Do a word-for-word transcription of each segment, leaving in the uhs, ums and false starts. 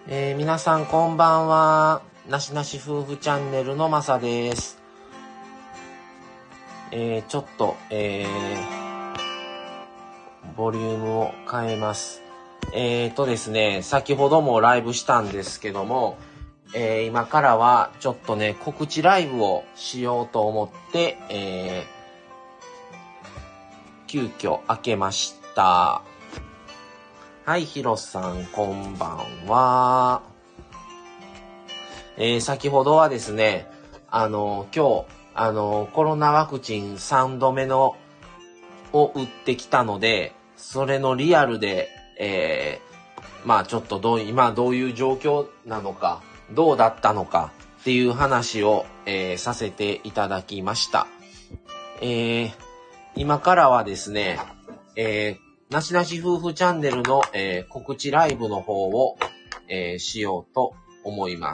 えー、皆さんこんばんは。なしなし夫婦チャンネルのまさです。えー、ちょっと、えー、ボリュームを変えます。えーとですね、先ほどもライブしたんですけども、えー、今からはちょっとね、告知ライブをしようと思って、えー、急遽開けました。はい、ひろさん、こんばんは。えー、先ほどはですね、あの、今日、あの、コロナワクチンさんどめの、を打ってきたので、それのリアルで、えー、まあちょっとどう、今どういう状況なのか、どうだったのかっていう話を、えー、させていただきました。えー、今からはですね、えー、なしなし夫婦チャンネルの、えー、告知ライブの方を、えー、しようと思います。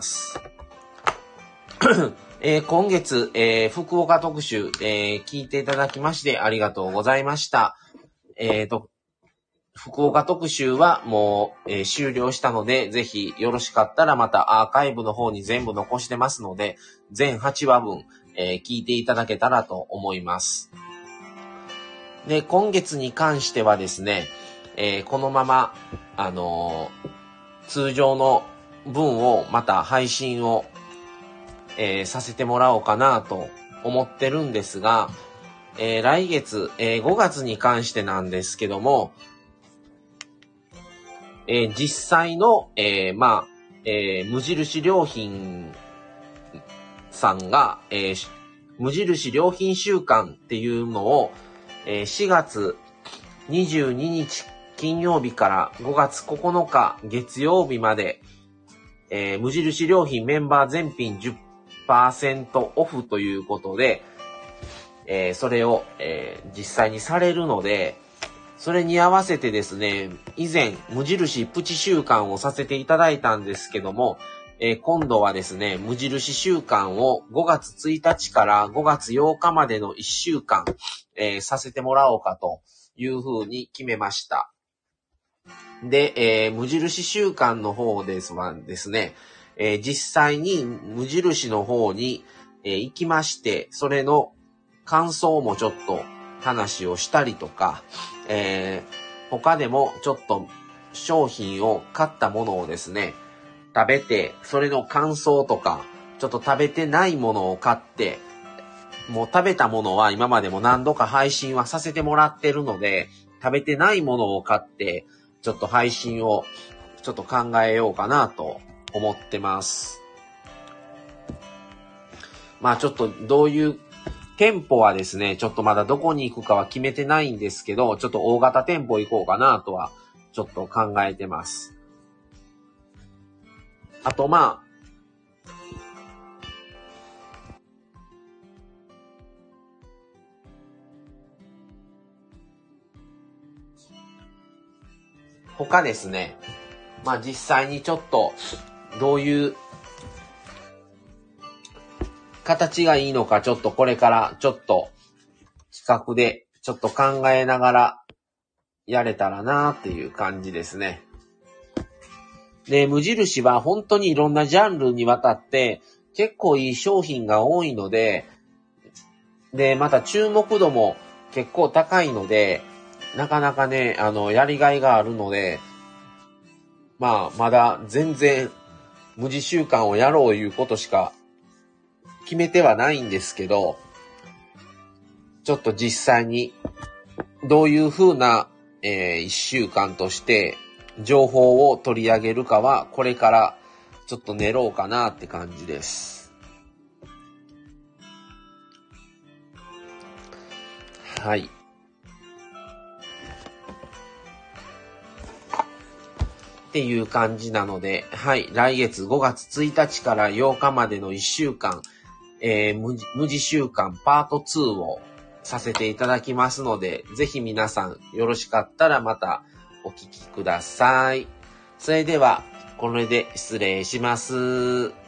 えー、今月、えー、福岡特集、えー、聞いていただきましてありがとうございました。えーと、福岡特集はもう、えー、終了したので、ぜひよろしかったらまたアーカイブの方に全部残してますので、全はちわぶん、えー、聞いていただけたらと思います。で、今月に関してはですね、えー、このまま、あのー、通常の分をまた配信を、えー、させてもらおうかなと思ってるんですが、えー、来月、えー、ごがつに関してなんですけども、えー、実際の、えー、まあ、えー、無印良品さんが、えー、無印良品週間っていうのを、えー、しがつにじゅうににち金曜日からごがつここのか月曜日まで、えー、無印良品メンバー全品 じゅっパーセント オフということで、えー、それを、えー、実際にされるので、それに合わせてですね、以前無印プチ週間をさせていただいたんですけども、えー、今度はですね、無印週間をごがつついたちからごがつようかまでのいっしゅうかん、えー、させてもらおうかというふうに決めました。で、えー、無印週間の方ですはですね、えー、実際に無印の方に、えー、行きまして、それの感想もちょっと話をしたりとか、えー、他でもちょっと商品を買ったものをですね、食べて、それの感想とか、ちょっと食べてないものを買って、もう食べたものは今までも何度か配信はさせてもらってるので、食べてないものを買って、ちょっと配信をちょっと考えようかなと思ってます。まあちょっとどういう店舗はですね、ちょっとまだどこに行くかは決めてないんですけど、ちょっと大型店舗行こうかなとはちょっと考えてます。あとまあ、他ですね、まあ実際にちょっとどういう形がいいのかちょっとこれからちょっと企画でちょっと考えながらやれたらなーっていう感じですね。で、無印は本当にいろんなジャンルにわたって結構いい商品が多いので、で、また注目度も結構高いので、なかなかね、あの、やりがいがあるので、まあ、まだ全然無地習慣をやろういうことしか決めてはないんですけど、ちょっと実際にどういう風な、えー、一週間として情報を取り上げるかはこれからちょっと練ろうかなって感じです。はい。っていう感じなので、はい、来月ごがつついたちからようかまでのいっしゅうかん、えー、無, 無地週間パートツーをさせていただきますので、ぜひ皆さんよろしかったらまたお聞きください。それでは、これで失礼します。